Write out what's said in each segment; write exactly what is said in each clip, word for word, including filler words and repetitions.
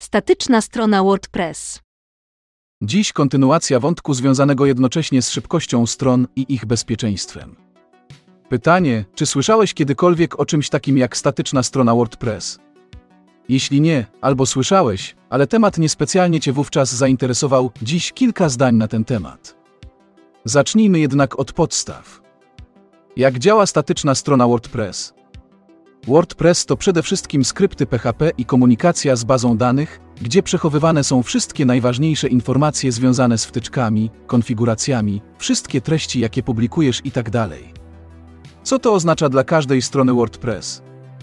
Statyczna strona WordPress. Dziś kontynuacja wątku związanego jednocześnie z szybkością stron i ich bezpieczeństwem. Pytanie, czy słyszałeś kiedykolwiek o czymś takim jak statyczna strona WordPress? Jeśli nie, albo słyszałeś, ale temat niespecjalnie Cię wówczas zainteresował, dziś kilka zdań na ten temat. Zacznijmy jednak od podstaw. Jak działa statyczna strona WordPress? WordPress to przede wszystkim skrypty P H P i komunikacja z bazą danych, gdzie przechowywane są wszystkie najważniejsze informacje związane z wtyczkami, konfiguracjami, wszystkie treści, jakie publikujesz itd. Co to oznacza dla każdej strony WordPress?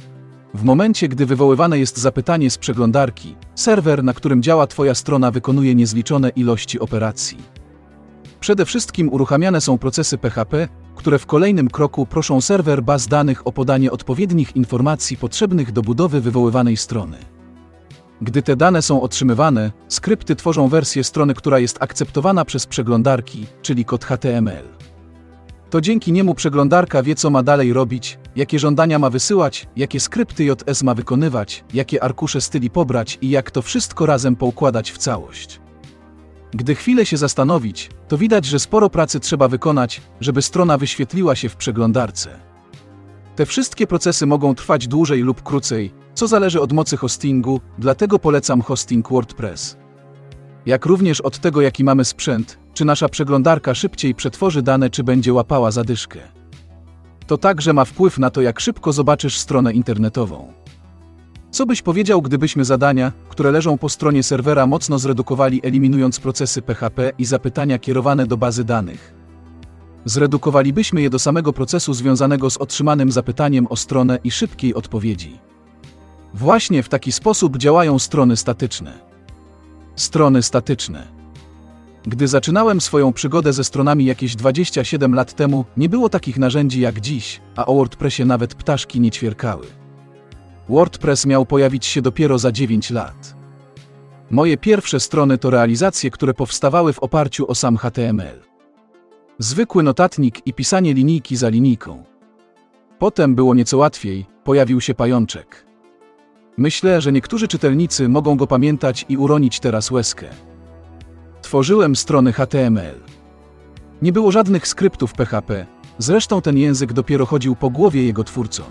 W momencie, gdy wywoływane jest zapytanie z przeglądarki, serwer, na którym działa Twoja strona, wykonuje niezliczone ilości operacji. Przede wszystkim uruchamiane są procesy P H P, które w kolejnym kroku proszą serwer baz danych o podanie odpowiednich informacji potrzebnych do budowy wywoływanej strony. Gdy te dane są otrzymywane, skrypty tworzą wersję strony, która jest akceptowana przez przeglądarki, czyli kod H T M L. To dzięki niemu przeglądarka wie, co ma dalej robić, jakie żądania ma wysyłać, jakie skrypty J S ma wykonywać, jakie arkusze styli pobrać i jak to wszystko razem poukładać w całość. Gdy chwilę się zastanowić, to widać, że sporo pracy trzeba wykonać, żeby strona wyświetliła się w przeglądarce. Te wszystkie procesy mogą trwać dłużej lub krócej, co zależy od mocy hostingu, dlatego polecam hosting WordPress. Jak również od tego, jaki mamy sprzęt, czy nasza przeglądarka szybciej przetworzy dane, czy będzie łapała zadyszkę. To także ma wpływ na to, jak szybko zobaczysz stronę internetową. Co byś powiedział, gdybyśmy zadania, które leżą po stronie serwera, mocno zredukowali, eliminując procesy P H P i zapytania kierowane do bazy danych? Zredukowalibyśmy je do samego procesu związanego z otrzymanym zapytaniem o stronę i szybkiej odpowiedzi. Właśnie w taki sposób działają strony statyczne. Strony statyczne. Gdy zaczynałem swoją przygodę ze stronami jakieś dwadzieścia siedem lat temu, nie było takich narzędzi jak dziś, a o WordPressie nawet ptaszki nie ćwierkały. WordPress miał pojawić się dopiero za dziewięć lat. Moje pierwsze strony to realizacje, które powstawały w oparciu o sam H T M L. Zwykły notatnik i pisanie linijki za linijką. Potem było nieco łatwiej, pojawił się pajączek. Myślę, że niektórzy czytelnicy mogą go pamiętać i uronić teraz łezkę. Tworzyłem strony H T M L. Nie było żadnych skryptów P H P, zresztą ten język dopiero chodził po głowie jego twórcom.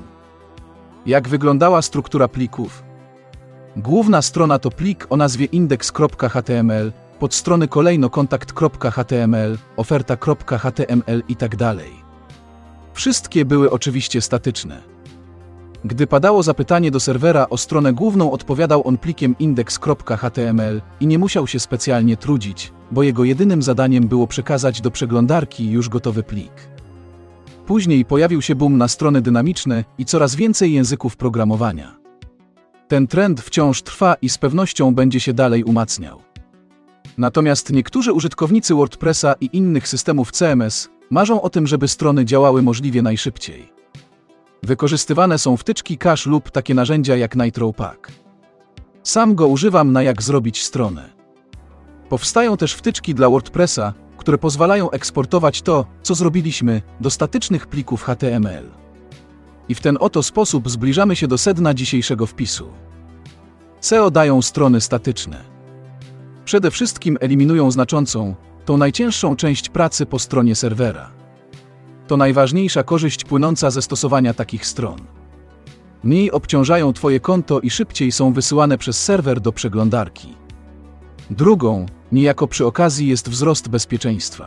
Jak wyglądała struktura plików? Główna strona to plik o nazwie index kropka H T M L, podstrony kolejno kontakt kropka H T M L, oferta kropka H T M L itd. Wszystkie były oczywiście statyczne. Gdy padało zapytanie do serwera o stronę główną, odpowiadał on plikiem index kropka H T M L i nie musiał się specjalnie trudzić, bo jego jedynym zadaniem było przekazać do przeglądarki już gotowy plik. Później pojawił się boom na strony dynamiczne i coraz więcej języków programowania. Ten trend wciąż trwa i z pewnością będzie się dalej umacniał. Natomiast niektórzy użytkownicy WordPressa i innych systemów C M S marzą o tym, żeby strony działały możliwie najszybciej. Wykorzystywane są wtyczki cache lub takie narzędzia jak NitroPack. Sam go używam na jak zrobić stronę. Powstają też wtyczki dla WordPressa, które pozwalają eksportować to, co zrobiliśmy, do statycznych plików H T M L. I w ten oto sposób zbliżamy się do sedna dzisiejszego wpisu. S E O dają strony statyczne. Przede wszystkim eliminują znaczącą, tą najcięższą część pracy po stronie serwera. To najważniejsza korzyść płynąca ze stosowania takich stron. Mniej obciążają Twoje konto i szybciej są wysyłane przez serwer do przeglądarki. Drugą, niejako przy okazji, jest wzrost bezpieczeństwa.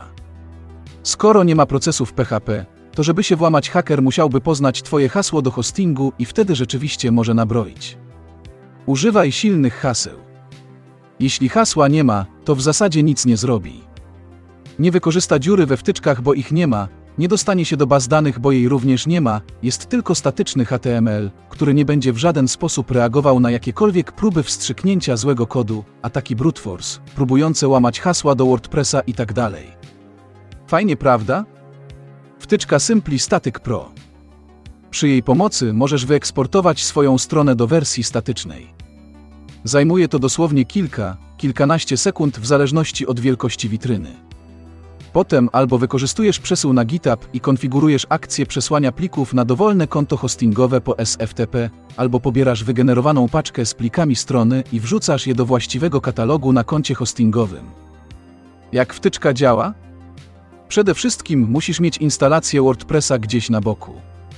Skoro nie ma procesów P H P, to żeby się włamać, haker musiałby poznać Twoje hasło do hostingu i wtedy rzeczywiście może nabroić. Używaj silnych haseł. Jeśli hasła nie ma, to w zasadzie nic nie zrobi. Nie wykorzysta dziury we wtyczkach, bo ich nie ma, nie dostanie się do baz danych, bo jej również nie ma, jest tylko statyczny H T M L, który nie będzie w żaden sposób reagował na jakiekolwiek próby wstrzyknięcia złego kodu, ataki brute force, próbujące łamać hasła do WordPressa itd. Fajnie, prawda? Wtyczka Simply Static Pro. Przy jej pomocy możesz wyeksportować swoją stronę do wersji statycznej. Zajmuje to dosłownie kilka, kilkanaście sekund w zależności od wielkości witryny. Potem albo wykorzystujesz przesył na GitHub i konfigurujesz akcję przesłania plików na dowolne konto hostingowe po S F T P, albo pobierasz wygenerowaną paczkę z plikami strony i wrzucasz je do właściwego katalogu na koncie hostingowym. Jak wtyczka działa? Przede wszystkim musisz mieć instalację WordPressa gdzieś na boku.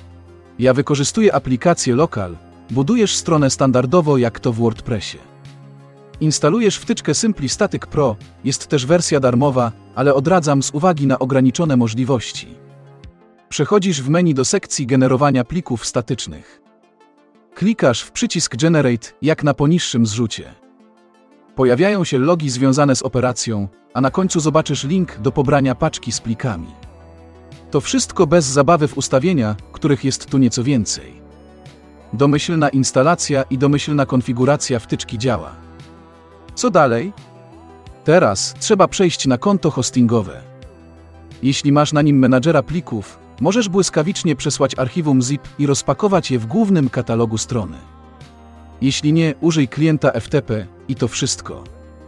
Ja wykorzystuję aplikację Local, budujesz stronę standardowo jak to w WordPressie. Instalujesz wtyczkę Simply Static Pro, jest też wersja darmowa, ale odradzam z uwagi na ograniczone możliwości. Przechodzisz w menu do sekcji generowania plików statycznych. Klikasz w przycisk Generate, jak na poniższym zrzucie. Pojawiają się logi związane z operacją, a na końcu zobaczysz link do pobrania paczki z plikami. To wszystko bez zabawy w ustawienia, których jest tu nieco więcej. Domyślna instalacja i domyślna konfiguracja wtyczki działa. Co dalej? Teraz trzeba przejść na konto hostingowe. Jeśli masz na nim menadżera plików, możesz błyskawicznie przesłać archiwum zip i rozpakować je w głównym katalogu strony. Jeśli nie, użyj klienta F T P i to wszystko.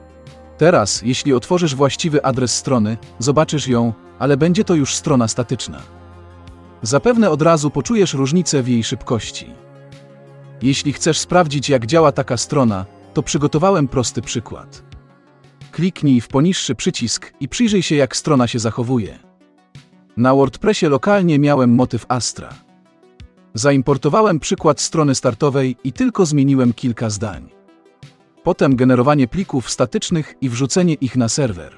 Teraz, jeśli otworzysz właściwy adres strony, zobaczysz ją, ale będzie to już strona statyczna. Zapewne od razu poczujesz różnicę w jej szybkości. Jeśli chcesz sprawdzić, jak działa taka strona, to przygotowałem prosty przykład. Kliknij w poniższy przycisk i przyjrzyj się, jak strona się zachowuje. Na WordPressie lokalnie miałem motyw Astra. Zaimportowałem przykład strony startowej i tylko zmieniłem kilka zdań. Potem generowanie plików statycznych i wrzucenie ich na serwer.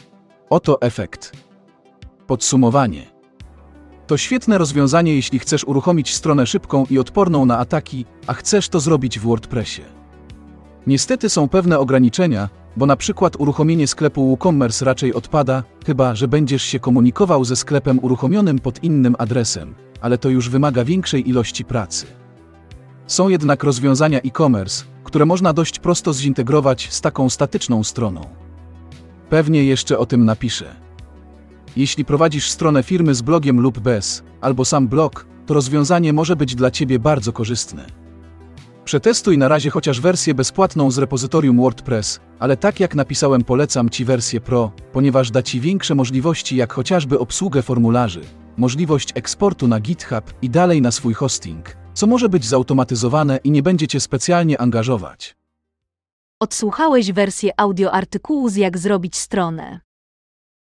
Oto efekt. Podsumowanie. To świetne rozwiązanie, jeśli chcesz uruchomić stronę szybką i odporną na ataki, a chcesz to zrobić w WordPressie. Niestety są pewne ograniczenia, bo na przykład uruchomienie sklepu WooCommerce raczej odpada, chyba że będziesz się komunikował ze sklepem uruchomionym pod innym adresem, ale to już wymaga większej ilości pracy. Są jednak rozwiązania e-commerce, które można dość prosto zintegrować z taką statyczną stroną. Pewnie jeszcze o tym napiszę. Jeśli prowadzisz stronę firmy z blogiem lub bez, albo sam blog, to rozwiązanie może być dla Ciebie bardzo korzystne. Przetestuj na razie chociaż wersję bezpłatną z repozytorium WordPress, ale tak jak napisałem, polecam Ci wersję Pro, ponieważ da Ci większe możliwości, jak chociażby obsługę formularzy, możliwość eksportu na GitHub i dalej na swój hosting, co może być zautomatyzowane i nie będzie Cię specjalnie angażować. Odsłuchałeś wersję audio artykułu z Jak zrobić stronę.